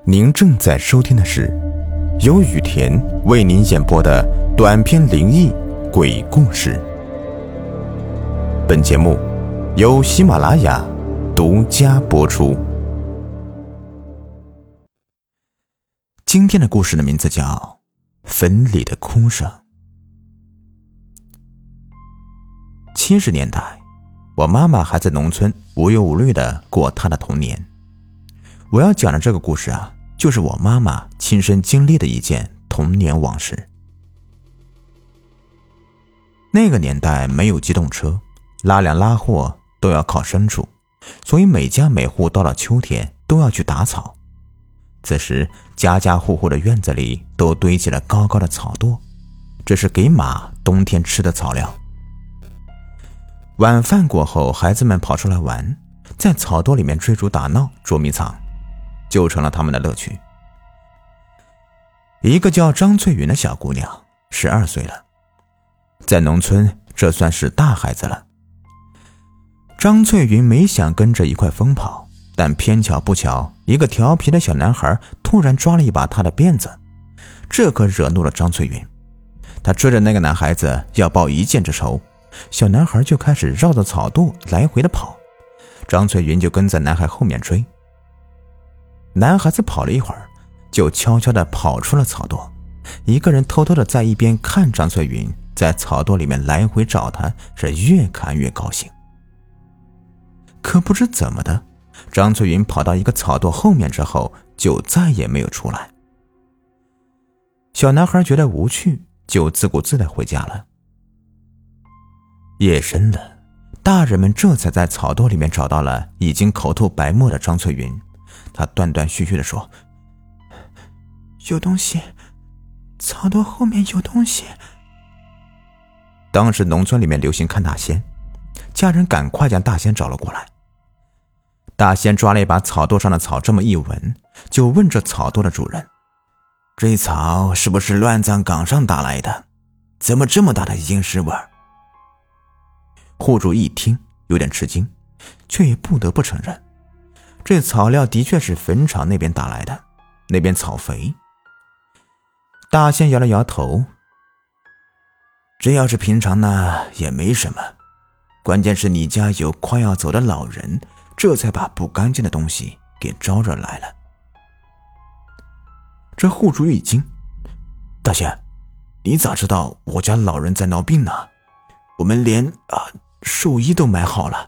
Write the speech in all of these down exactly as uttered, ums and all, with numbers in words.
您正在收听的是由雨田为您演播的短篇灵异鬼故事。本节目由喜马拉雅独家播出。今天的故事的名字叫坟里的哭声。七十年代，我妈妈还在农村无忧无虑地过她的童年。我要讲的这个故事啊，就是我妈妈亲身经历的一件童年往事。那个年代没有机动车，拉粮拉货都要靠牲畜，所以每家每户到了秋天都要去打草。此时家家户户的院子里都堆起了高高的草垛，这是给马冬天吃的草料。晚饭过后，孩子们跑出来玩，在草垛里面追逐打闹捉迷藏，就成了他们的乐趣。一个叫张翠云的小姑娘十二岁了，在农村这算是大孩子了。张翠云没想跟着一块疯跑，但偏巧不巧，一个调皮的小男孩突然抓了一把她的辫子，这可惹怒了张翠云。她追着那个男孩子要报一箭之仇，小男孩就开始绕着草垛来回的跑，张翠云就跟在男孩后面追。男孩子跑了一会儿，就悄悄地跑出了草垛，一个人偷偷地在一边看张翠云在草垛里面来回找他，是越看越高兴。可不知怎么的，张翠云跑到一个草垛后面之后就再也没有出来。小男孩觉得无趣，就自顾自地回家了。夜深了，大人们这才在草垛里面找到了已经口吐白沫的张翠云。他断断续续地说：有东西，草垛后面有东西。当时农村里面流行看大仙，家人赶快将大仙找了过来。大仙抓了一把草垛上的草，这么一闻，就问这草垛的主人：这草是不是乱葬岗上打来的？怎么这么大的阴尸味？户主一听有点吃惊，却也不得不承认，这草料的确是坟场那边打来的，那边草肥。大仙摇了摇头：这要是平常呢也没什么，关键是你家有快要走的老人，这才把不干净的东西给招惹来了。这户主一惊：大仙，你咋知道我家老人在闹病呢？我们连啊寿衣都买好了。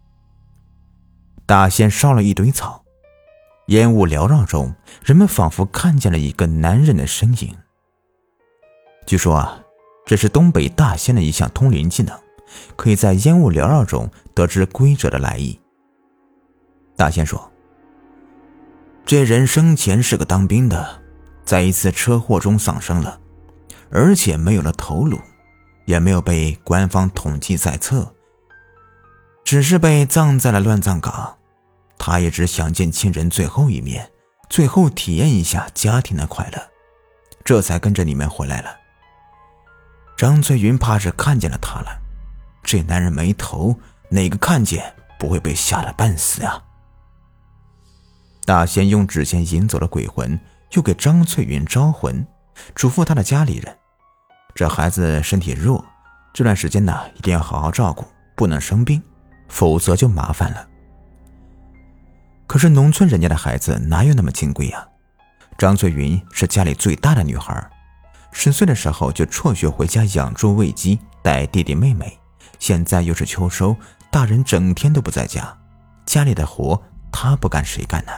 大仙烧了一堆草，烟雾缭绕中，人们仿佛看见了一个男人的身影。据说啊，这是东北大仙的一项通灵技能，可以在烟雾缭绕中得知归者的来意。大仙说：这人生前是个当兵的，在一次车祸中丧生了，而且没有了头颅，也没有被官方统计在册，只是被葬在了乱葬岗。他也只想见亲人最后一面，最后体验一下家庭的快乐，这才跟着你们回来了。张翠云怕是看见了他了，这男人没头，哪个看见不会被吓得半死啊？大仙用纸钱引走了鬼魂，又给张翠云招魂，嘱咐他的家里人：这孩子身体弱，这段时间呢一定要好好照顾，不能生病，否则就麻烦了。可是农村人家的孩子哪有那么金贵啊？张翠云是家里最大的女孩，十岁的时候就辍学回家养猪喂鸡，带弟弟妹妹，现在又是秋收，大人整天都不在家，家里的活她不干谁干呢？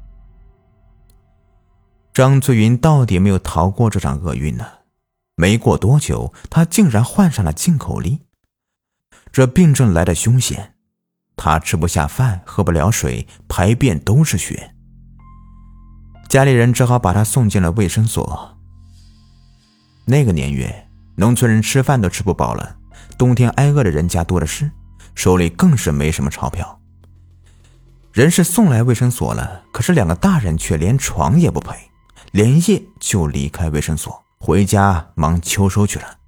张翠云到底没有逃过这场厄运呢？没过多久，她竟然患上了进口痢。这病症来得凶险，她吃不下饭，喝不了水，排便都是血。家里人只好把她送进了卫生所。那个年月，农村人吃饭都吃不饱了，冬天挨饿的人家多的是，手里更是没什么钞票。人是送来卫生所了，可是两个大人却连床也不陪，连夜就离开卫生所，回家忙秋收去了。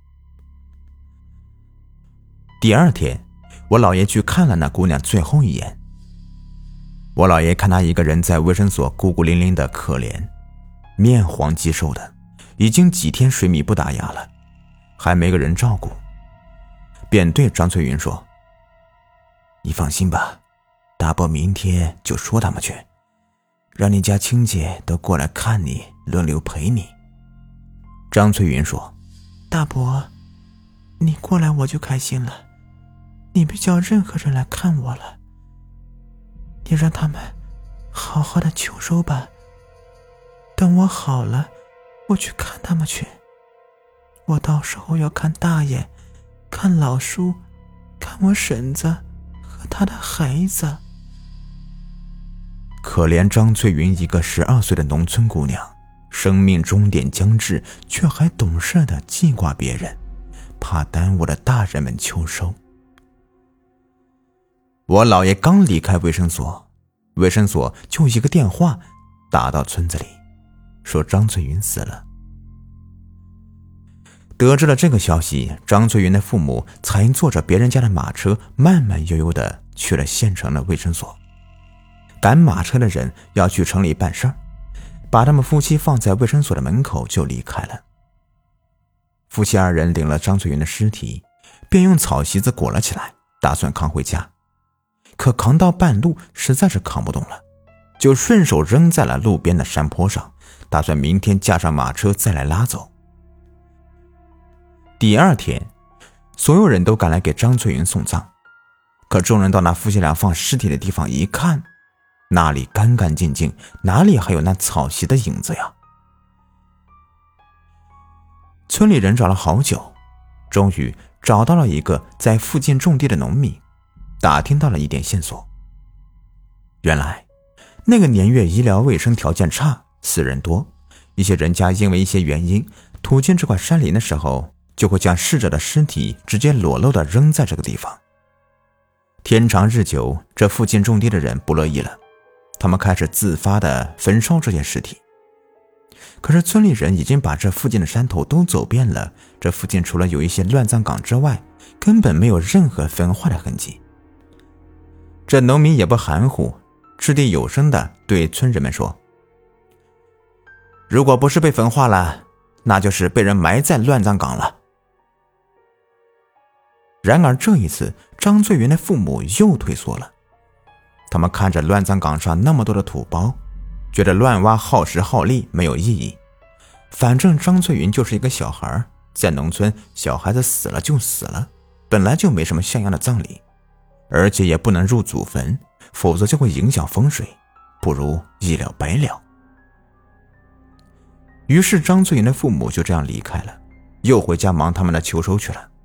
第二天，我姥爷去看了那姑娘最后一眼。 我姥爷看他一个人在卫生所孤孤零零的可怜，面黄肌瘦的，已经几天水米不打牙了，还没个人照顾，便对张翠云说：你放心吧，大伯明天就说他们去，让你家亲戚都过来看你，轮流陪你。张翠云说：大伯，你过来我就开心了，你别叫任何人来看我了，你让他们好好的求收吧，等我好了我去看他们去，我到时候要看大爷，看老叔，看我婶子和他的孩子。可怜张翠云一个十二岁的农村姑娘，生命终点将至，却还懂事的记挂别人，怕耽误了大人们秋收。我姥爷刚离开卫生所，卫生所就一个电话打到村子里，说张翠云死了。得知了这个消息，张翠云的父母才坐着别人家的马车，慢慢悠悠地去了县城的卫生所。赶马车的人要去城里办事儿，把他们夫妻放在卫生所的门口就离开了。夫妻二人领了张翠云的尸体，便用草席子裹了起来，打算扛回家。可扛到半路实在是扛不动了，就顺手扔在了路边的山坡上，打算明天驾上马车再来拉走。第二天，所有人都赶来给张翠云送葬，可众人到那夫妻俩放尸体的地方一看，那里干干净净，哪里还有那草席的影子呀？村里人找了好久，终于找到了一个在附近种地的农民，打听到了一点线索。原来那个年月医疗卫生条件差，死人多，一些人家因为一些原因途经这块山林的时候，就会将逝者的尸体直接裸露地扔在这个地方。天长日久，这附近种地的人不乐意了，他们开始自发地焚烧这些尸体。可是村里人已经把这附近的山头都走遍了，这附近除了有一些乱葬岗之外，根本没有任何焚化的痕迹。这农民也不含糊，掷地有声地对村人们说：如果不是被焚化了，那就是被人埋在乱葬岗了。然而这一次，张翠云的父母又退缩了。他们看着乱葬岗上那么多的土包，觉得乱挖耗时耗力，没有意义。反正张翠云就是一个小孩，在农村小孩子死了就死了，本来就没什么像样的葬礼，而且也不能入祖坟，否则就会影响风水，不如一了百了。于是张翠云的父母就这样离开了，又回家忙他们的求收去了。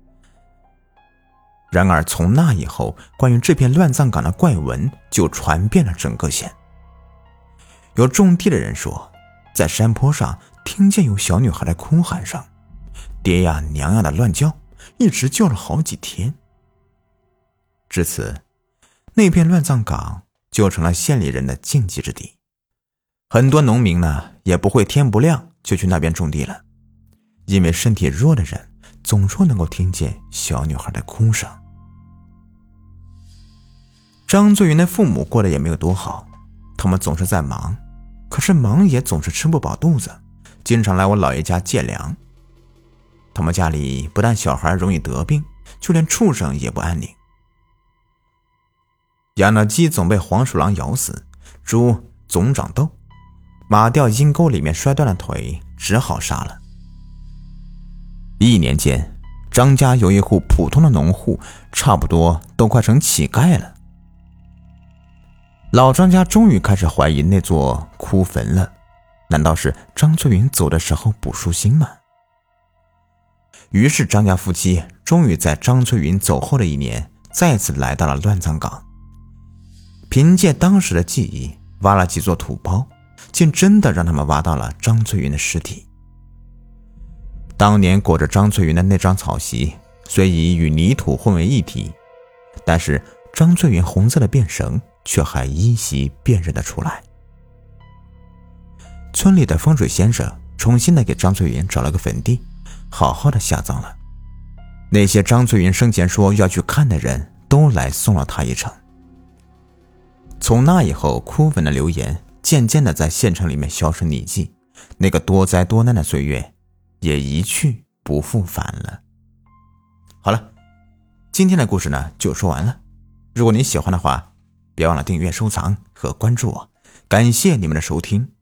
然而从那以后，关于这片乱葬岗的怪闻就传遍了整个县。有种地的人说，在山坡上听见有小女孩的哭喊声，爹呀娘呀的乱叫，一直叫了好几天。至此，那片乱葬岗就成了县里人的禁忌之地。很多农民呢，也不会天不亮就去那边种地了，因为身体弱的人总说能够听见小女孩的哭声。张翠云的父母过得也没有多好，他们总是在忙，可是忙也总是吃不饱肚子，经常来我姥爷家借粮。他们家里不但小孩容易得病，就连畜生也不安宁。养的鸡总被黄鼠狼咬死，猪总长痘，马掉阴沟里面摔断了腿，只好杀了。一年间，张家有一户普通的农户，差不多都快成乞丐了。老张家终于开始怀疑那座哭坟了，难道是张翠云走的时候不舒心吗？于是张家夫妻终于在张翠云走后的一年，再次来到了乱葬岗。凭借当时的记忆，挖了几座土包，竟真的让他们挖到了张翠云的尸体。当年裹着张翠云的那张草席虽已与泥土混为一体，但是张翠云红色的辫绳却还依稀辨认得出来。村里的风水先生重新的给张翠云找了个坟地，好好的下葬了。那些张翠云生前说要去看的人都来送了他一程。 从那以后，枯粉的流言渐渐的在县城里面销声匿迹，那个多灾多难的岁月也一去不复返了。好了，今天的故事呢就说完了。如果你喜欢的话，别忘了订阅、收藏和关注我。感谢你们的收听。